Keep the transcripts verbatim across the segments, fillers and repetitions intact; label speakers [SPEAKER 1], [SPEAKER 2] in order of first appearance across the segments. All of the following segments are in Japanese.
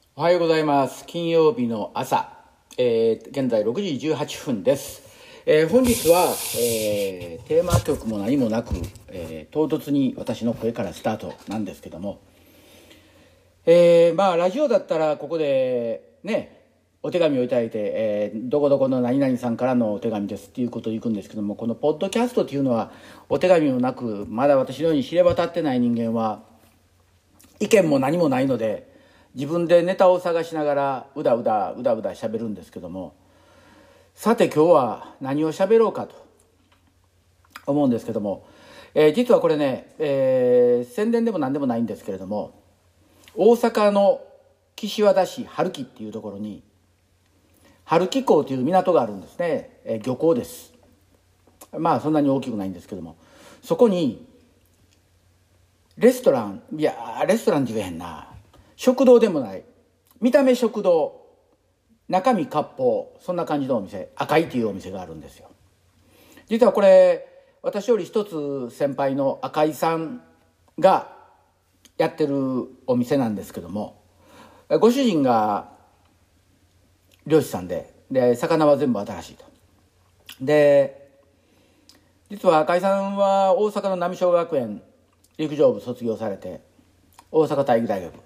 [SPEAKER 1] おはようございます。金曜日の朝、えー、現在ろくじじゅうはっぷんです。えー、本日は、えー、テーマ曲も何もなく、えー、唐突に私の声からスタートなんですけども、えー、まあラジオだったらここでねお手紙をいただいて、えー、どこどこの何々さんからのお手紙ですっていうことを言うんですけども、このポッドキャストっていうのはお手紙もなく、まだ私のように知れ渡ってない人間は意見も何もないので、自分でネタを探しながらうだうだうだうだ喋るんですけども、さて今日は何を喋ろうかと思うんですけども、えー、実はこれね、えー、宣伝でも何でもないんですけれども、大阪の岸和田市春木っていうところに春木港という港があるんですね、えー、漁港です。まあそんなに大きくないんですけども、そこにレストラン、いやレストランって言えへんな、食堂でもない、見た目食堂、中身割烹、そんな感じのお店、赤いというお店があるんですよ。実はこれ私より一つ先輩の赤井さんがやってるお店なんですけども、ご主人が漁師さんで、で魚は全部新しいと。で実は赤井さんは大阪の浪小学園陸上部卒業されて、大阪体育大学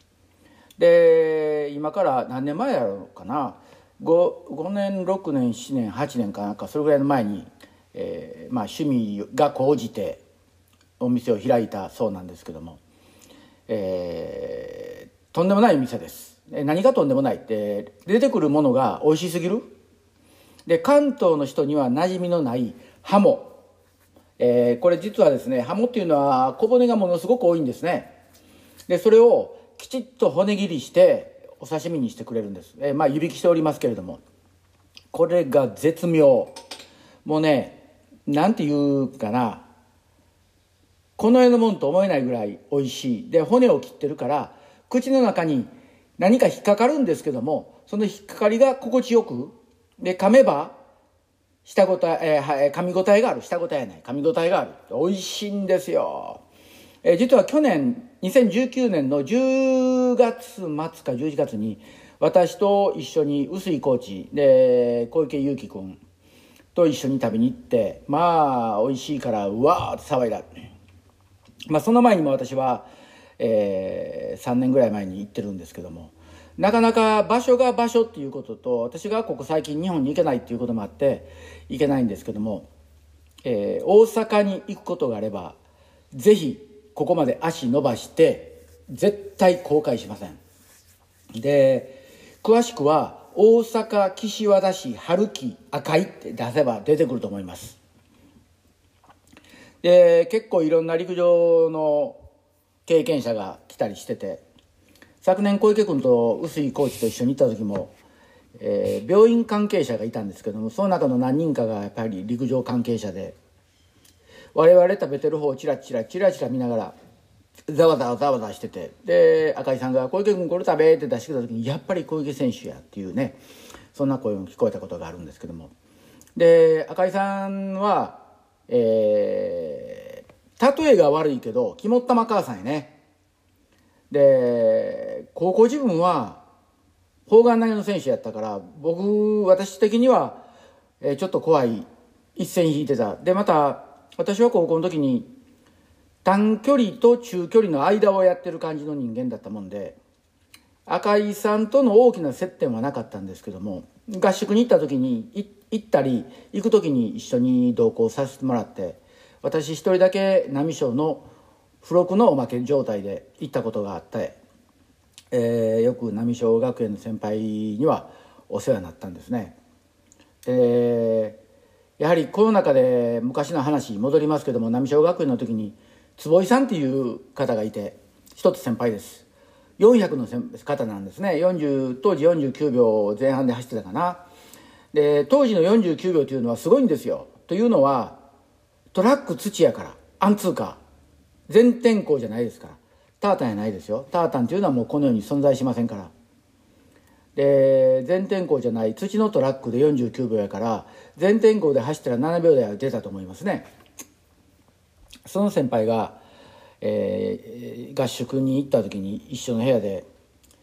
[SPEAKER 1] で、今から何年前やろうかな、 5, 5年ろくねんしちねんはちねんかなんか、それぐらいの前に、えーまあ、趣味が高じてお店を開いたそうなんですけども、えー、とんでもない店です。何がとんでもないって、出てくるものが美味しすぎる。で関東の人には馴染みのないハモ、えー、これ実はですね、ハモっていうのは小骨がものすごく多いんですね。でそれをきちっと骨切りしてお刺身にしてくれるんです。えー、まあ湯引きしておりますけれども、これが絶妙。もうね、なんていうかな、この世のもんと思えないぐらい美味しい。で骨を切ってるから口の中に何か引っかかるんですけども、その引っかかりが心地よく、で噛めば舌ごたえ、えー、噛み応えがある、舌ごたえない噛み応えがある、美味しいんですよ。えー、実は去年にせんじゅうきゅうねんのじゅうがつまつかじゅういちがつに私と一緒に臼井コーチで小池祐貴君と一緒に食べに行って、まあ美味しいからうわーって騒いだ。まあその前にも私は、えー、さんねんぐらい前に行ってるんですけども、なかなか場所が場所っていうことと、私がここ最近日本に行けないっていうこともあって行けないんですけども、えー、大阪に行くことがあればぜひここまで足伸ばして絶対後悔しません。で詳しくは大阪岸和田市春木赤いって出せば出てくると思います。で結構いろんな陸上の経験者が来たりしてて、昨年小池君と臼井コーチと一緒に行った時も、えー、病院関係者がいたんですけども、その中の何人かがやっぱり陸上関係者で、我々食べてる方をチラチラチラチラ見ながらざわざわざわざわしてて、で赤井さんが「小池君これ食べ」って出してきた時に、やっぱり小池選手やっていうね、そんな声も聞こえたことがあるんですけども、で赤井さんは、えー、例えが悪いけど肝っ玉母さんやね。で高校自分は砲丸投げの選手やったから、僕私的には、えー、ちょっと怖い、一線引いてた。でまた私は高校の時に短距離と中距離の間をやってる感じの人間だったもんで、赤井さんとの大きな接点はなかったんですけども、合宿に行った時に行ったり行く時に一緒に同行させてもらって、私一人だけ波小の付録のおまけ状態で行ったことがあって、えー、よく波小学園の先輩にはお世話になったんですね。でやはりこの中で昔の話戻りますけども、波小学園の時に坪井さんっていう方がいて、一つ先輩です。よんひゃくの方なんですね。よんじゅう当時よんじゅうきゅうびょうぜん半で走ってたかな。で当時のよんじゅうきゅうびょうというのはすごいんですよ。というのはトラック土やから、アンツーカー全天候じゃないですから、タータンやないですよ。タータンというのはもうこの世に存在しませんから。で全天候じゃない土のトラックでよんじゅうきゅうびょうやから、全天候で走ったらななびょう台は出たと思いますね。その先輩が、えー、合宿に行った時に一緒の部屋で「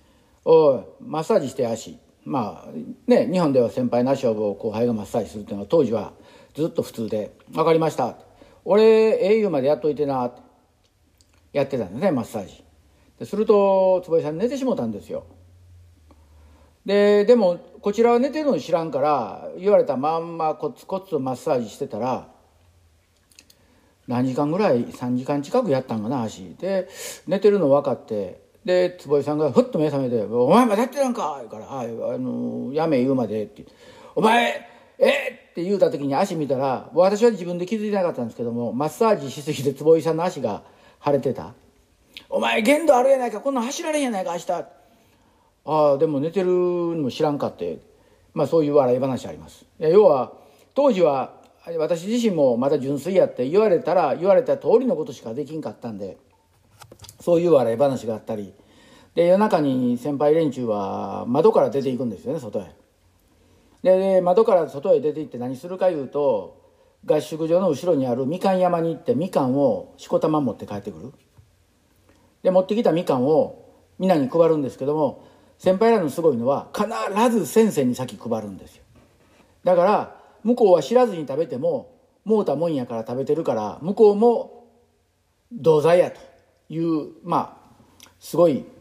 [SPEAKER 1] おいマッサージして足。まあね、日本では先輩の足を後輩がマッサージするっていうのは当時はずっと普通で、分かりました、俺英雄までやっといてなってやってたんですね、マッサージですると坪井さん寝てしもたんですよ。ででもこちらは寝てるの知らんから、言われたまんまコツコツとマッサージしてたら、何時間ぐらいさんじかん近くやったんかな、足で寝てるの分かって、で坪井さんがふっと目覚めて「お前まだやってるんか」言うから「はい、あのやめ言うまで」って「お前えっ!」って言うた時に足見たら、私は自分で気づいてなかったんですけども、マッサージしすぎて坪井さんの足が腫れてた。お前限度あるやないか、こんなん走られへんやないか明日。ああでも寝てるのも知らんかって、まあそういう笑い話あります。いや要は当時は私自身もまだ純粋やって言われたら言われた通りのことしかできんかったんで、そういう笑い話があったりで、夜中に先輩連中は窓から出ていくんですよね、外へ。でで窓から外へ出て行って何するかいうと、合宿所の後ろにあるみかん山に行ってみかんをしこたま持って帰ってくる。で持ってきたみかんを皆に配るんですけども、先輩らのすごいのは必ず先生に先配るんですよ。だから向こうは知らずに食べてももうたもんやから食べてるから、向こうも同罪やというまあすごい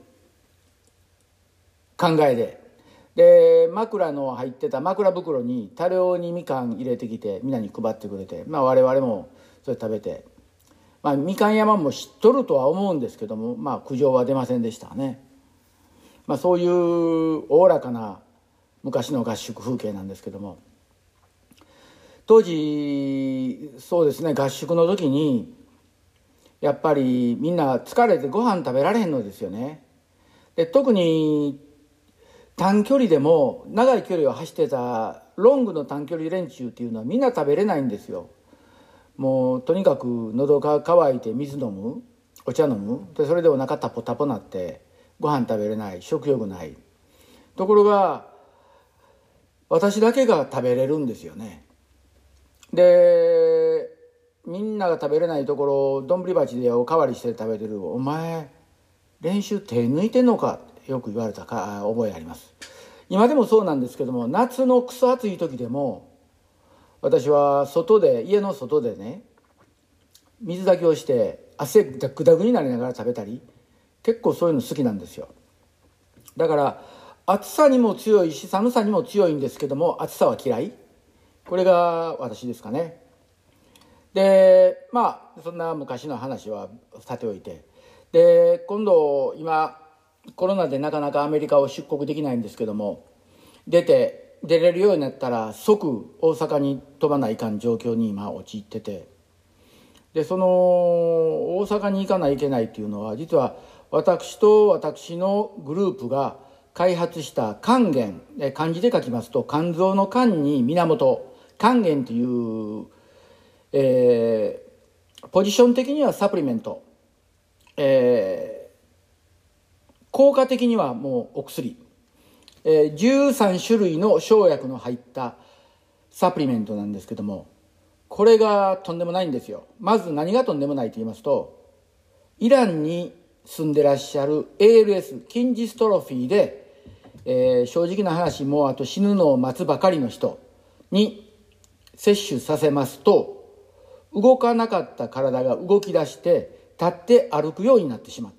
[SPEAKER 1] 考えで、で枕の入ってた枕袋に多量にみかん入れてきて皆に配ってくれて、まあ我々もそれ食べて、まあみかん山も知っとるとは思うんですけども、まあ苦情は出ませんでしたね。まあそういうおおらかな昔の合宿風景なんですけども、当時そうですね、合宿の時にやっぱりみんな疲れてご飯食べられへんのですよね。で特に短距離でも長い距離を走ってたロングの短距離連中っていうのはみんな食べれないんですよ。もうとにかく喉が渇いて水飲む、お茶飲む、でそれでお腹タポタポなってご飯食べれない、食欲ない。ところが私だけが食べれるんですよね。でみんなが食べれないところを丼鉢でおかわりして食べてる。お前練習手抜いてんのかってよく言われたか覚えあります。今でもそうなんですけども、夏のクソ暑い時でも私は外で家の外でね水炊きをして汗ダクダクになりながら食べたり、結構そういうの好きなんですよ。だから暑さにも強いし寒さにも強いんですけども、暑さは嫌い、これが私ですかね。でまあそんな昔の話はさておいて、で今度今コロナでなかなかアメリカを出国できないんですけども、出て出れるようになったら即大阪に飛ばないかん状況に今陥ってて、でその大阪に行かないといけないっていうのは、実は私と私のグループが開発した還元、漢字で書きますと肝臓の肝に源、還元という、えー、ポジション的にはサプリメント、えー、効果的にはもうお薬、えー、じゅうさんしゅるいの生薬の入ったサプリメントなんですけども、これがとんでもないんですよ。まず何がとんでもないと言いますと、イランに住んでらっしゃる エーエルエス 筋ジストロフィーで、えー、正直な話もうあと死ぬのを待つばかりの人に摂取させますと、動かなかった体が動き出して立って歩くようになってしまった。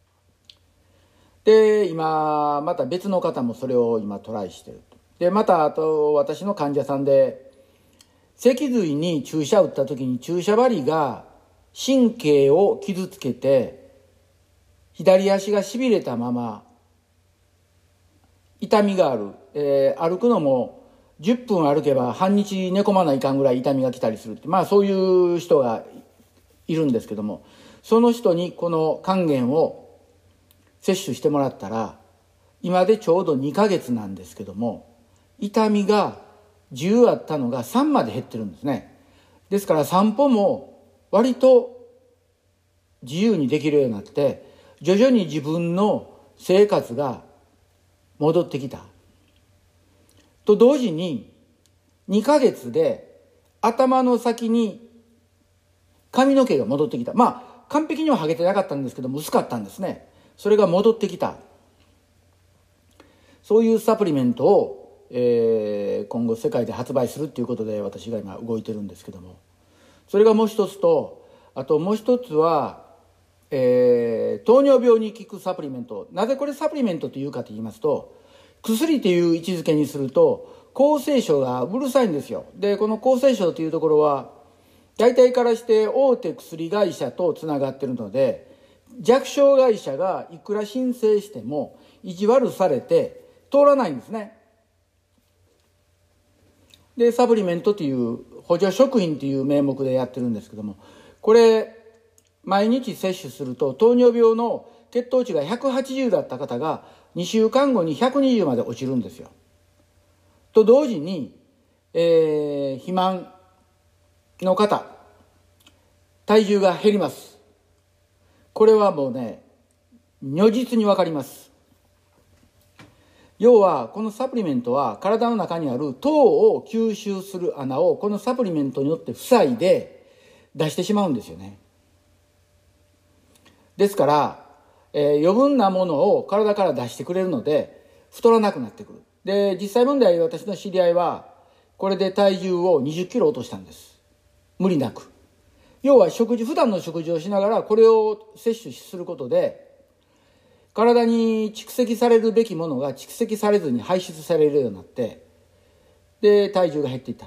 [SPEAKER 1] で今また別の方もそれを今トライしてる。でまたあと私の患者さんで脊髄に注射打った時に注射針が神経を傷つけて左足がしびれたまま痛みがある、えー、歩くのもじゅっぷん歩けば半日寝込まないかんぐらい痛みが来たりするって、まあそういう人がいるんですけども、その人にこの還元を摂取してもらったら今でちょうどにかげつなんですけども、痛みがじゅうあったのがさんまで減ってるんですね。ですから散歩も割と自由にできるようになって徐々に自分の生活が戻ってきたと同時に、にかげつで頭の先に髪の毛が戻ってきた。まあ完璧にはハゲてなかったんですけども薄かったんですね。それが戻ってきた。 そういうサプリメントを、えー、今後世界で発売するっていうことで私が今動いてるんですけども、それがもう一つと、あともう一つは、えー、糖尿病に効くサプリメント。なぜこれサプリメントというかと言いますと、薬という位置づけにすると厚生省がうるさいんですよ。でこの厚生省というところは大体からして大手薬会社とつながっているので、弱小会社がいくら申請しても意地悪されて通らないんですね。でサプリメントという補助食品という名目でやってるんですけども、これ毎日摂取すると糖尿病の血糖値がひゃくはちじゅうだった方がにしゅうかんごにひゃくにじゅうまで落ちるんですよ。と同時に、えー、肥満の方体重が減ります。これはもうね如実に分かります。要はこのサプリメントは体の中にある糖を吸収する穴をこのサプリメントによって塞いで出してしまうんですよね。ですから、えー、余分なものを体から出してくれるので太らなくなってくる。で実際問題、私の知り合いはこれで体重をにじゅっキロ落としたんです。無理なく。要は食事普段の食事をしながらこれを摂取することで体に蓄積されるべきものが蓄積されずに排出されるようになって、で体重が減っていった。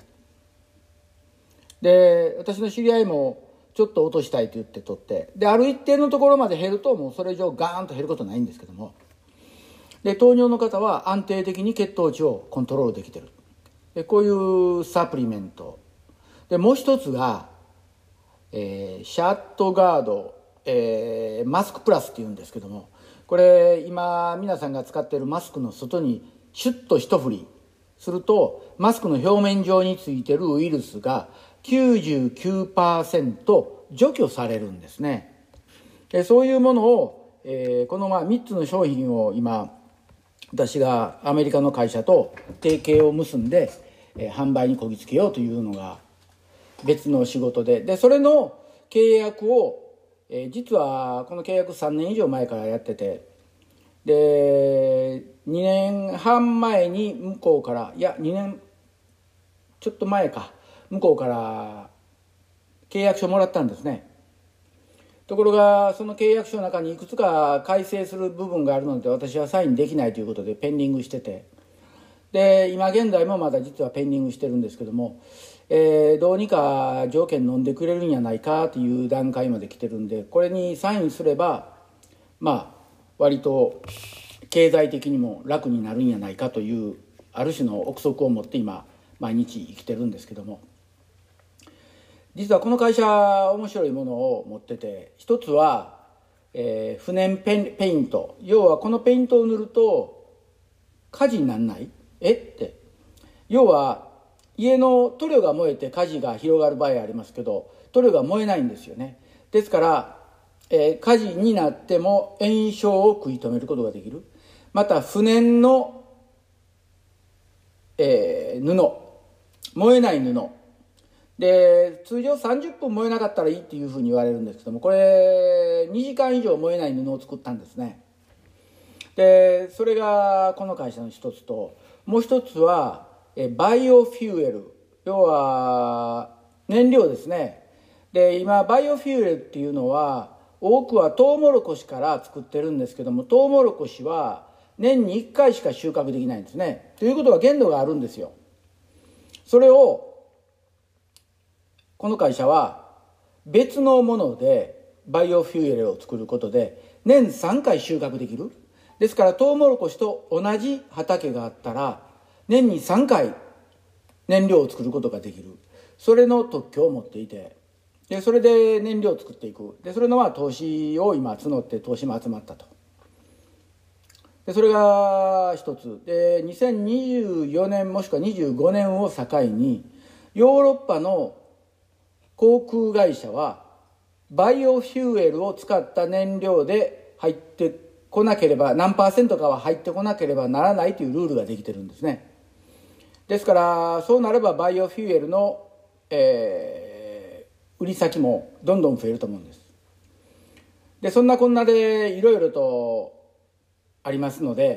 [SPEAKER 1] で私の知り合いもちょっと落としたいと言って取って、である一定のところまで減るともうそれ以上ガーンと減ることないんですけども、で糖尿の方は安定的に血糖値をコントロールできてる。でこういうサプリメントで、もう一つが、えー、シャットガード、えー、マスクプラスっていうんですけども、これ今皆さんが使っているマスクの外にシュッと一振りするとマスクの表面上についているウイルスが きゅうじゅうきゅうパーセント 除去されるんですね。でそういうものを、えー、このまあみっつの商品を今私がアメリカの会社と提携を結んで、えー、販売にこぎつけようというのが別の仕事で、でそれの契約を、えー、実はこの契約さんねん以上前からやってて、でにねんはん前に向こうからいやにねんちょっと前か向こうから契約書もらったんですね。ところがその契約書の中にいくつか改正する部分があるので私はサインできないということでペンディングしてて、で今現在もまだ実はペンディングしてるんですけども、えー、どうにか条件飲んでくれるんやないかという段階まで来てるんで、これにサインすればまあ割と経済的にも楽になるんやないかというある種の憶測を持って今毎日生きてるんですけども、実はこの会社面白いものを持ってて、一つは、えー、不燃ペン、ペイント。要はこのペイントを塗ると火事にならない？えって要は家の塗料が燃えて火事が広がる場合ありますけど、塗料が燃えないんですよね。ですから、えー、火事になっても延焼を食い止めることができる。また不燃の、えー、布、燃えない布で通常さんじゅっぷん燃えなかったらいいっていうふうに言われるんですけども、これにじかん以上燃えない布を作ったんですね。でそれがこの会社の一つと、もう一つはえバイオフューエル、要は燃料ですね。で今バイオフューエルっていうのは多くはトウモロコシから作ってるんですけども、トウモロコシは年にいっかいしか収穫できないんですね。ということは限度があるんですよ。それをこの会社は別のものでバイオフューエルを作ることで年さんかい収穫できる。ですからトウモロコシと同じ畑があったら年にさんかい燃料を作ることができる。それの特許を持っていて、でそれで燃料を作っていく。でそれのまあ投資を今募って投資も集まったと。でそれが一つで、にせんにじゅうよねんもしくはにじゅうごねんを境にヨーロッパの航空会社はバイオフューエルを使った燃料で入ってこなければ、何パーセントかは入ってこなければならないというルールができてるんですね。ですからそうなればバイオフューエルの、えー、売り先もどんどん増えると思うんです。でそんなこんなでいろいろとありますので、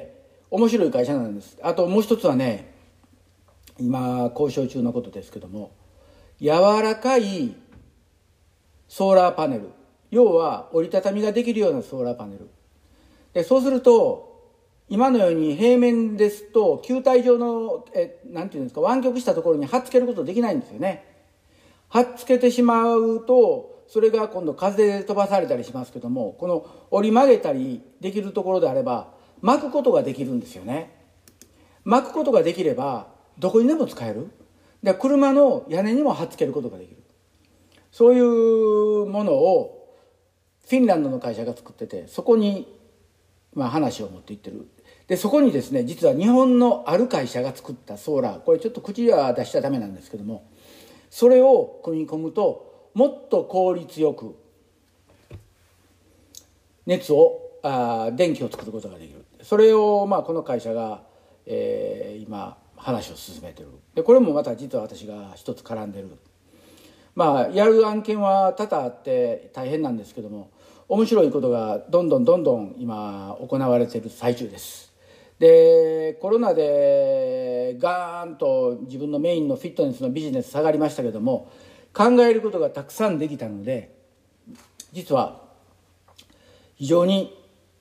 [SPEAKER 1] 面白い会社なんです。あともう一つはね、今交渉中のことですけども、柔らかいソーラーパネル、要は折りたたみができるようなソーラーパネルで、そうすると今のように平面ですと球体状のえなんていうんですか、湾曲したところに貼っつけることできないんですよね。貼っつけてしまうとそれが今度風で飛ばされたりしますけども、この折り曲げたりできるところであれば巻くことができるんですよね。巻くことができればどこにでも使える。で、車の屋根にも貼っつけることができる。そういうものをフィンランドの会社が作ってて、そこにまあ話を持っていってる。でそこにですね、実は日本のある会社が作ったソーラー、これちょっと口は出しちゃダメなんですけども、それを組み込むともっと効率よく熱をあ電気を作ることができる。それをまあこの会社が、えー、今話を進めてる。でこれもまた実は私が一つ絡んでる。まあやる案件は多々あって大変なんですけども、面白いことがどんどんどんどん今行われている最中です。でコロナでガーンと自分のメインのフィットネスのビジネス下がりましたけども、考えることがたくさんできたので、実は非常に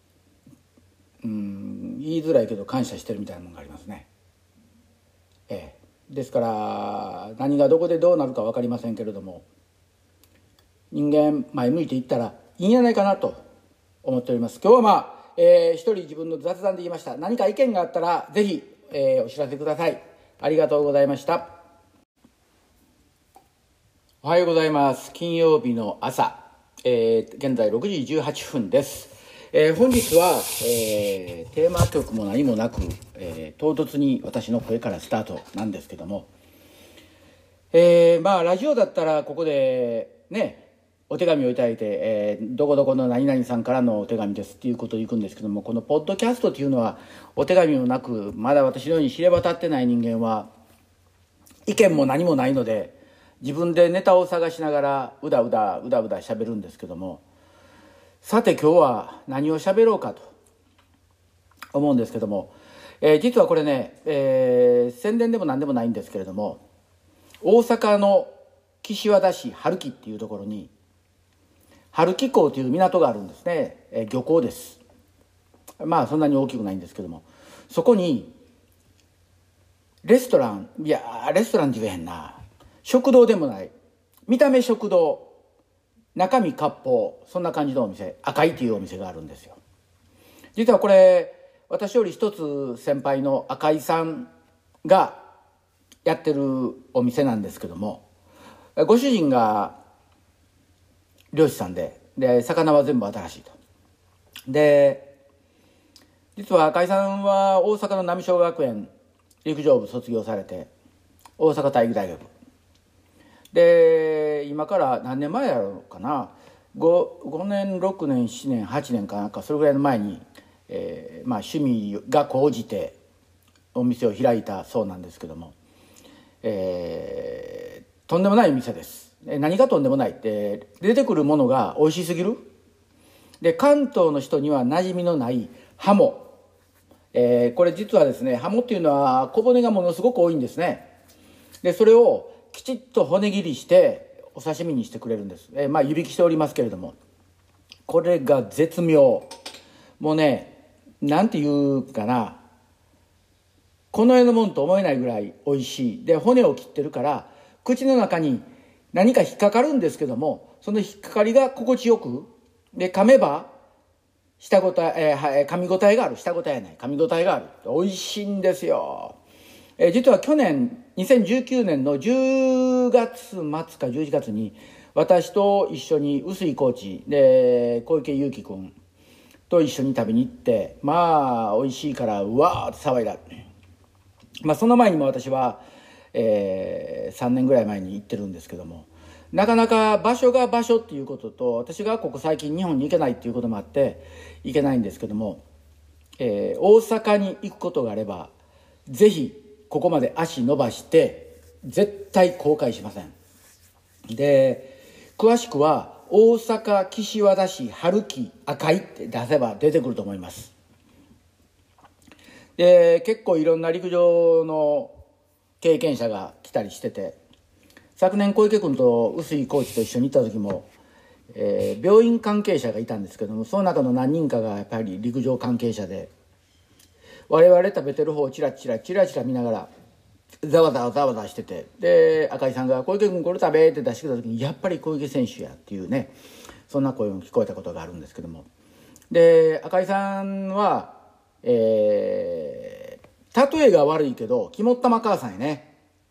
[SPEAKER 1] うん言いづらいけど感謝してるみたいなものがありますね。ええ、ですから何がどこでどうなるか分かりませんけれども、人間前向いていったらいいんじゃないかなと思っております。今日はまあ、えー、一人自分の雑談で言いました。何か意見があったらぜひ、えー、お知らせください。ありがとうございました。おはようございます。金曜日の朝、えー、現在ろくじじゅうはっぷんです。えー、本日は、えー、テーマ曲も何もなく、えー、唐突に私の声からスタートなんですけども、えー、まあラジオだったらここでねお手紙をいただいて、えー、どこどこの何々さんからのお手紙ですっていうことを言うんですけども、このポッドキャストっていうのはお手紙もなく、まだ私のように知れ渡ってない人間は意見も何もないので、自分でネタを探しながらうだうだうだうだ喋るんですけども、さて今日は何を喋ろうかと思うんですけども、えー、実はこれね、えー、宣伝でも何でもないんですけれども、大阪の岸和田市春木っていうところに春木港という港があるんですね。えー、漁港です。まあそんなに大きくないんですけども、そこにレストラン、いやレストランって言えへんな、食堂でもない、見た目食堂中身割烹、そんな感じのお店、赤いというお店があるんですよ。実はこれ私より一つ先輩の赤井さんがやってるお店なんですけども、ご主人が漁師さんで、で魚は全部新しいと。で実は赤井さんは大阪の浪小学園陸上部卒業されて、大阪体育大学で今から何年前やろうかな、 5, 5年ろくねんしちねんはちねんかなんかそれぐらいの前に、えーまあ、趣味が高じてお店を開いたそうなんですけども、えー、とんでもない店です。何がとんでもないって、出てくるものが美味しすぎる。で関東の人には馴染みのないハモ、えー、これ実はですね、ハモっていうのは小骨がものすごく多いんですね。でそれをきちっと骨切りしてお刺身にしてくれるんです。えー、まあ湯引きしておりますけれども、これが絶妙。もうね、なんていうかな、この世のもんと思えないぐらい美味しい。で骨を切ってるから口の中に何か引っかかるんですけども、その引っかかりが心地よく、で噛めば舌ごたえ、えー、噛み応えがある、舌ごたえない噛み応えがある、美味しいんですよ。えー、実は去年にせんじゅうきゅうねんのじゅうがつまつかじゅういちがつに私と一緒に臼井コーチで小池祐樹君と一緒に食べに行って、まあ美味しいからうわーって騒いだ。まあその前にも私は、えー、さんねんぐらい前に行ってるんですけども、なかなか場所が場所っていうことと、私がここ最近日本に行けないっていうこともあって行けないんですけども、えー、大阪に行くことがあればぜひここまで足伸ばして絶対後悔しません。で詳しくは大阪岸和田市春木赤いって出せば出てくると思います。 で結構いろんな陸上の経験者が来たりしてて、昨年小池君と臼井コーチと一緒に行った時も、えー、病院関係者がいたんですけども、その中の何人かがやっぱり陸上関係者で、我々食べてる方をチラチラチラチラ見ながらざわざわざわざわしてて、で赤井さんが「小池君これ食べ」って出してきた時に、やっぱり小池選手やっていうね、そんな声も聞こえたことがあるんですけども、で赤井さんは、えー、例えが悪いけど肝っ玉母さんやね。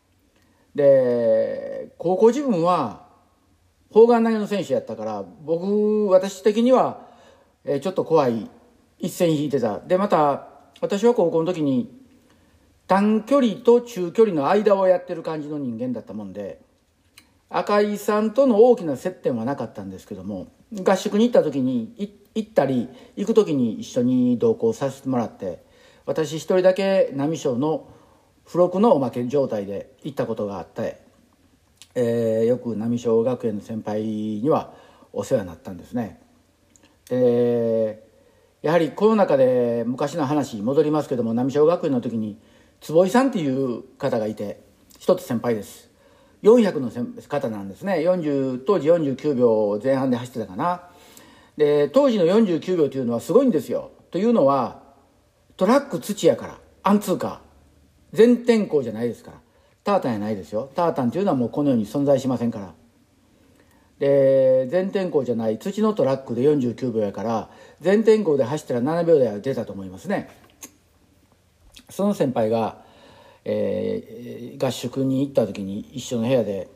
[SPEAKER 1] で高校自分は砲丸投げの選手やったから、僕私的には、えー、ちょっと怖い一線引いてた。でまた私は高校の時に短距離と中距離の間をやってる感じの人間だったもんで、赤井さんとの大きな接点はなかったんですけども、合宿に行った時に行ったり行く時に一緒に同行させてもらって、私一人だけ波賞の付録のおまけ状態で行ったことがあって、えー、よく波賞学園の先輩にはお世話になったんですね。でやはりコロナ禍で昔の話戻りますけども、波賞学園の時に坪井さんっていう方がいて、一つ先輩です。よんひゃくの方なんですね。よんじゅう当時よんじゅうきゅうびょうぜん半で走ってたかな。で当時のよんじゅうきゅうびょうというのはすごいんですよ。というのはトラック土やから、アンツーカー全天候じゃないですから、タータンやないですよ。タータンというのはもうこの世に存在しませんから。で全天候じゃない土のトラックでよんじゅうきゅうびょうやから、全天候で走ったらななびょう台は出たと思いますね。その先輩が、えー、合宿に行った時に一緒の部屋で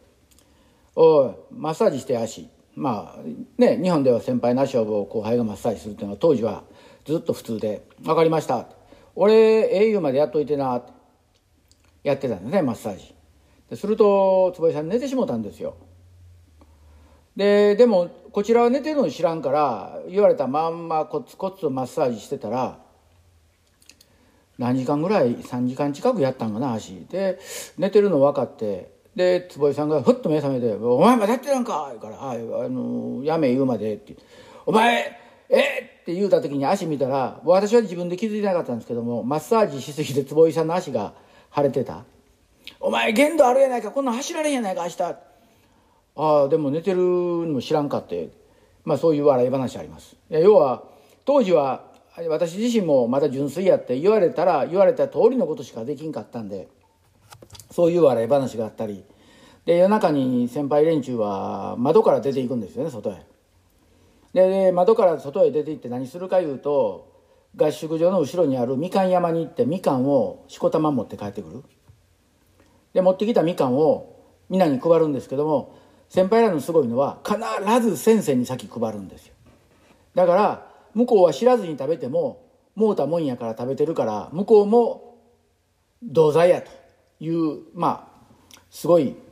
[SPEAKER 1] 「おいマッサージして足」、まあね、日本では先輩の足を後輩がマッサージするっていうのは当時はずっと普通で「分かりました」「俺ええ言うまでやっといてな」ってやってたんですね、マッサージ。ですると坪井さん寝てしもたんですよ。ででもこちらは寝てるの知らんから、言われたまんまコツコツとマッサージしてたら、何時間ぐらいさんじかん近くやったんかな、足で寝てるの分かって、で坪井さんがふっと目覚めて「お前まだやってるんか」言うから「あ、あのやめ言うまで」って「お前えっ!」って言うた時に足見たら、私は自分で気づいてなかったんですけども、マッサージしすぎて坪井さんの足が腫れてた。「お前限度あるやないか、こんなん走られへんやないか明日」。ああでも寝てるのも知らんかって、まあそういう笑い話あります。いや要は当時は私自身もまだ純粋やって言われたら言われた通りのことしかできんかったんで、そういう笑い話があったりで、夜中に先輩連中は窓から出ていくんですよね、外へ。でで窓から外へ出て行って何するかいうと、合宿場の後ろにあるみかん山に行ってみかんをしこたま持って帰ってくる。で持ってきたみかんを皆に配るんですけども、先輩らのすごいのは必ず先生に先配るんですよ。だから向こうは知らずに食べてももうたもんやから食べてるから、向こうも同罪やという、まあすごい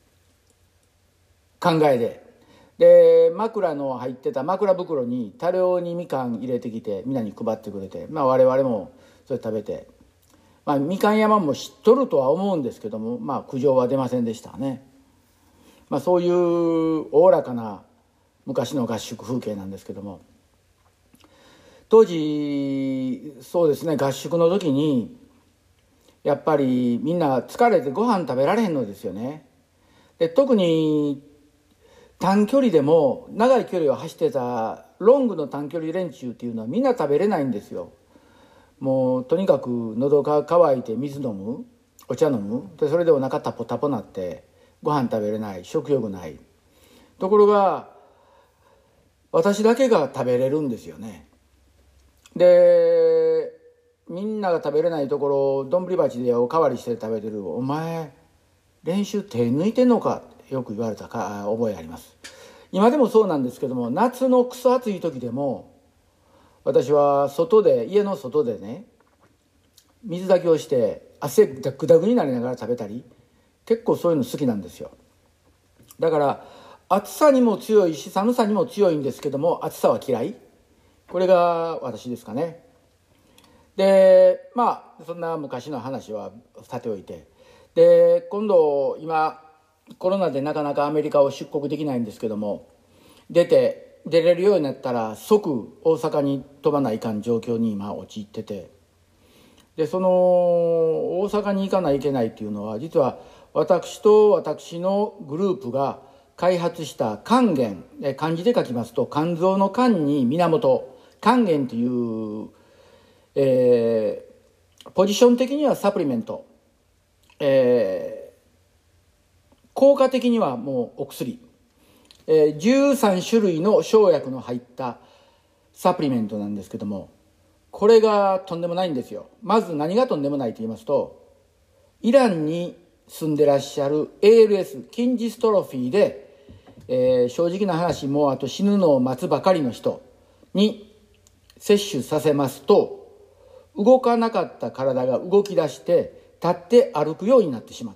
[SPEAKER 1] 考えで、で枕の入ってた枕袋に多量にみかん入れてきて皆に配ってくれて、まあ我々もそれ食べて、まあみかん山も知っとるとは思うんですけども、まあ苦情は出ませんでしたね。まあそういうおおらかな昔の合宿風景なんですけども、当時そうですね、合宿の時にやっぱりみんな疲れてご飯食べられへんのですよね。で特に短距離でも長い距離を走ってたロングの短距離連中っていうのはみんな食べれないんですよ。もうとにかく喉が渇いて水飲む、お茶飲む、でそれでお腹タポタポなってご飯食べれない、食欲ない。ところが私だけが食べれるんですよね。でみんなが食べれないところを丼鉢でおかわりして食べてる。お前練習手抜いてんのかってよく言われたか覚えあります。今でもそうなんですけども、夏のクソ暑い時でも私は外で家の外でね水炊きをして汗ダクダクになりながら食べたり、結構そういうの好きなんですよ。だから暑さにも強いし寒さにも強いんですけども、暑さは嫌い、これが私ですかね。でまあそんな昔の話はさておいて、で今度今コロナでなかなかアメリカを出国できないんですけども、出て出れるようになったら即大阪に飛ばないかん状況に今陥ってて、 でその大阪に行かないといけないっていうのは、実は私と私のグループが開発した勸玄、漢字で書きますと肝臓の肝に源、勸玄という、えー、ポジション的にはサプリメント、えー、効果的にはもうお薬、えー、じゅうさんしゅるいの生薬の入ったサプリメントなんですけども、これがとんでもないんですよ。まず何がとんでもないと言いますと、イランに住んでらっしゃる エーエルエス 筋ジストロフィーで、えー、正直な話、もうあと死ぬのを待つばかりの人に摂取させますと、動かなかった体が動き出して立って歩くようになってしまった。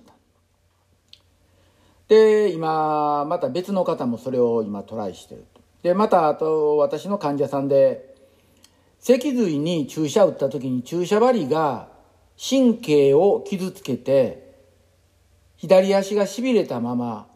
[SPEAKER 1] で今また別の方もそれを今トライしている。でまたあと私の患者さんで、脊髄に注射を打った時に注射針が神経を傷つけて左足がしびれたまま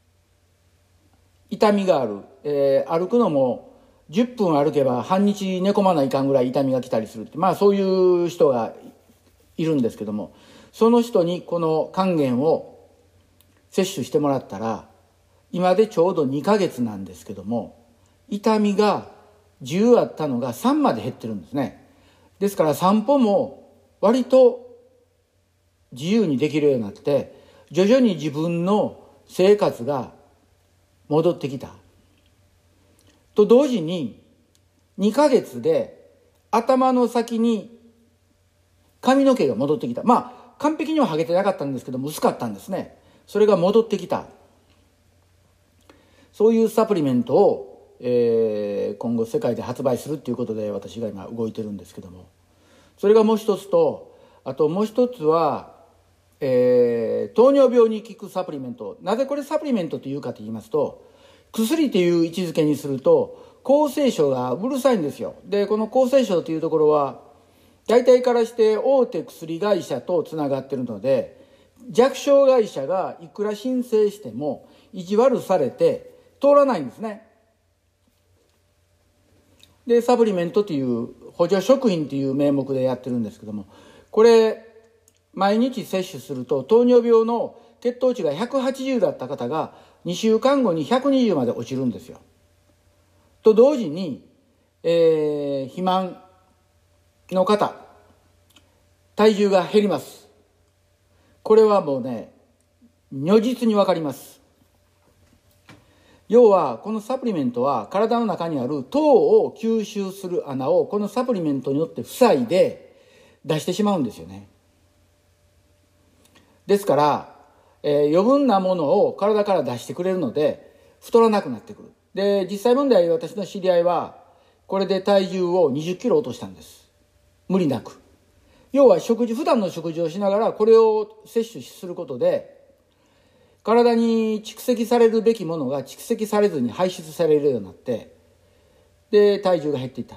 [SPEAKER 1] 痛みがある、えー、歩くのもじゅっぷん歩けば半日寝込まないかんぐらい痛みが来たりするって、まあそういう人がいるんですけども、その人にこの勸玄を摂取してもらったら、今でちょうどにかげつなんですけども、痛みがじゅうあったのがさんまで減ってるんですね。ですから散歩も割と自由にできるようになって、徐々に自分の生活が戻ってきたと同時に、にかげつで頭の先に髪の毛が戻ってきた。まあ完璧には剥げてなかったんですけども、薄かったんですね。それが戻ってきた。そういうサプリメントを、えー、今後世界で発売するっていうことで私が今動いてるんですけども、それがもう一つと、あともう一つは、えー、糖尿病に効くサプリメント。なぜこれサプリメントというかと言いますと、薬という位置づけにすると厚生省がうるさいんですよ。でこの厚生省というところは大体からして大手薬会社とつながっているので、弱小会社がいくら申請しても意地悪されて通らないんですね。でサプリメントという補助食品という名目でやってるんですけども、これ毎日摂取すると糖尿病の血糖値がひゃくはちじゅうだった方がにしゅうかんごにひゃくにじゅうまで落ちるんですよ。と同時に、えー、肥満の方、体重が減ります。これはもうね、如実に分かります。要はこのサプリメントは体の中にある糖を吸収する穴をこのサプリメントによって塞いで出してしまうんですよね。ですから、えー、余分なものを体から出してくれるので太らなくなってくる。で実際問題、私の知り合いはこれで体重をにじゅっキロ落としたんです。無理なく。要は食事、普段の食事をしながらこれを摂取することで体に蓄積されるべきものが蓄積されずに排出されるようになって、で体重が減っていった。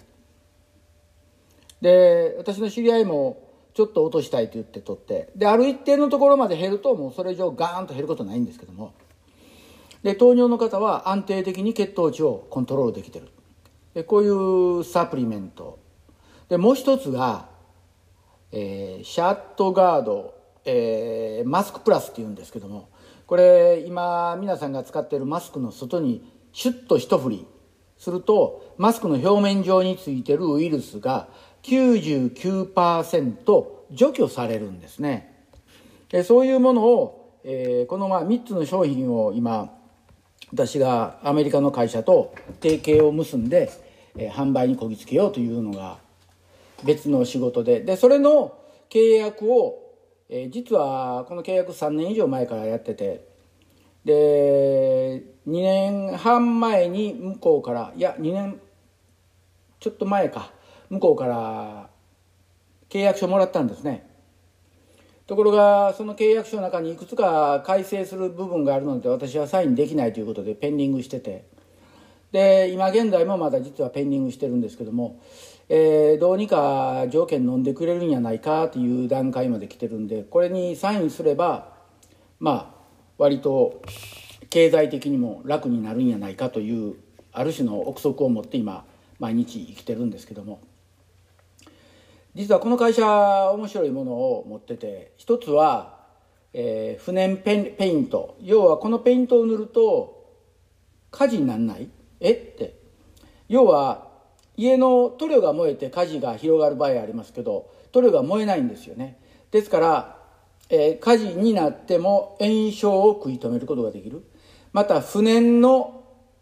[SPEAKER 1] で私の知り合いもちょっと落としたいと言って取って、である一定のところまで減るともうそれ以上ガーンと減ることないんですけども、で糖尿の方は安定的に血糖値をコントロールできてる。でこういうサプリメントで、もう一つが、えー、シャットガード、えー、マスクプラスっていうんですけども、これ今皆さんが使っているマスクの外にシュッと一振りすると、マスクの表面上についているウイルスが きゅうじゅうきゅうパーセント 除去されるんですね。でそういうものを、えー、このまあみっつの商品を今私がアメリカの会社と提携を結んで、えー、販売にこぎつけようというのが別の仕事で、でそれの契約を、えー、実はこの契約さんねん以上前からやってて、でにねんはん前に向こうから、いやにねんちょっと前か、向こうから契約書もらったんですね。ところがその契約書の中にいくつか改正する部分があるので私はサインできないということでペンディングしてて、で今現在もまだ実はペンディングしてるんですけども、えー、どうにか条件飲んでくれるんやないかという段階まで来てるんで、これにサインすればまあ割と経済的にも楽になるんやないかというある種の憶測を持って今毎日生きてるんですけども、 実はこの会社面白いものを持ってて、一つは、えー、不燃ペンペイント。要はこのペイントを塗ると火事にならない？えって要は家の塗料が燃えて火事が広がる場合ありますけど、塗料が燃えないんですよね。ですから、えー、火事になっても延焼を食い止めることができる。また不燃の、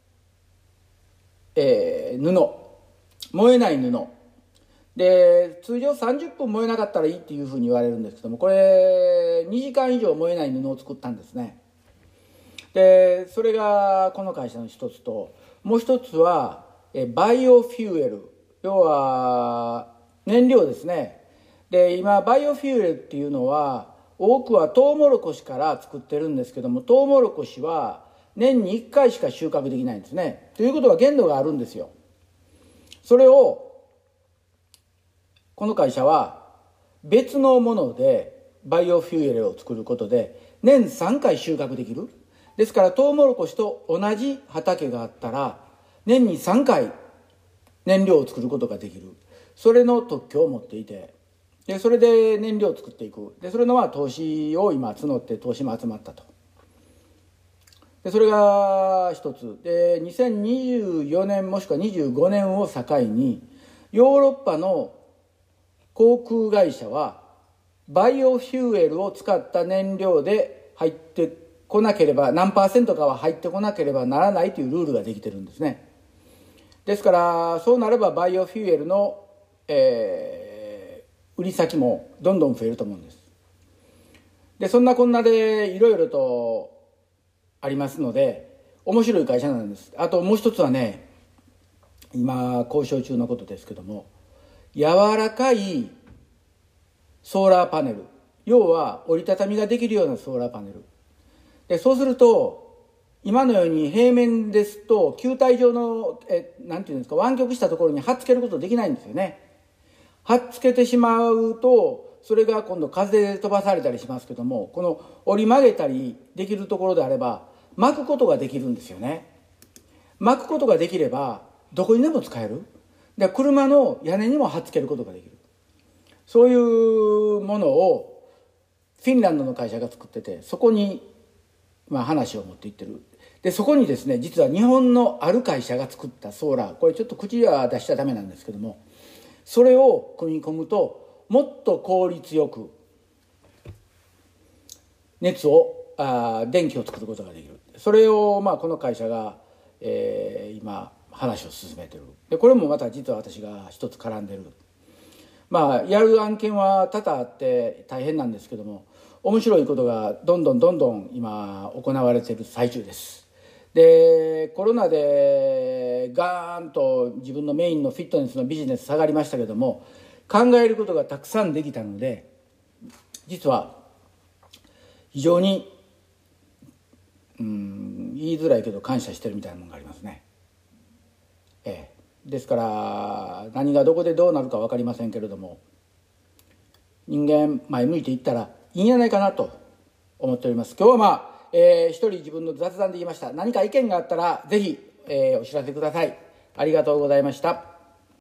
[SPEAKER 1] えー、布、燃えない布で、通常さんじゅっぷん燃えなかったらいいっていうふうに言われるんですけども、これにじかん以上燃えない布を作ったんですね。でそれがこの会社の一つと、もう一つはえバイオフューエル、要は燃料ですね。で今バイオフューエルっていうのは多くはトウモロコシから作ってるんですけども、トウモロコシは年にいっかいしか収穫できないんですね。ということは限度があるんですよ。それをこの会社は別のものでバイオフューエルを作ることで年さんかい収穫できる。ですからトウモロコシと同じ畑があったら年にさんかい燃料を作ることができる。それの特許を持っていて、でそれで燃料を作っていく。でそれのは投資を今募って投資も集まったと。でそれが一つで、にせんにじゅうよねんもしくはにじゅうごねんを境にヨーロッパの航空会社はバイオフューエルを使った燃料で入ってこなければ、何パーセントかは入ってこなければならないというルールができてるんですね。ですからそうなればバイオフューエルの、えー、売り先もどんどん増えると思うんです。でそんなこんなでいろいろとありますので面白い会社なんです。あともう一つはね、今交渉中のことですけども、柔らかいソーラーパネル、要は折りたたみができるようなソーラーパネルで、そうすると今のように平面ですと球体状のえなんていうんですか、湾曲したところに貼っつけることできないんですよね。貼っつけてしまうとそれが今度風で飛ばされたりしますけども、この折り曲げたりできるところであれば巻くことができるんですよね。巻くことができればどこにでも使える。で車の屋根にも貼っつけることができる。そういうものをフィンランドの会社が作ってて、そこにまあ話を持っていってる。でそこにですね、実は日本のある会社が作ったソーラー、これちょっと口は出しちゃダメなんですけども、それを組み込むともっと効率よく熱をあ電気を作ることができる。それをまあこの会社が、えー、今話を進めてる。でこれもまた実は私が一つ絡んでる。まあやる案件は多々あって大変なんですけども、面白いことがどんどんどんどん今行われている最中です。でコロナでガーンと自分のメインのフィットネスのビジネス下がりましたけども、考えることがたくさんできたので、実は非常にうん言いづらいけど感謝してるみたいなものがありますね。ええですから何がどこでどうなるか分かりませんけれども、人間前向いていったらいいんじゃないかなと思っております。今日はまあ、えー、一人自分の雑談で言いました。何か意見があったらぜひ、えー、お知らせください。ありがとうございました。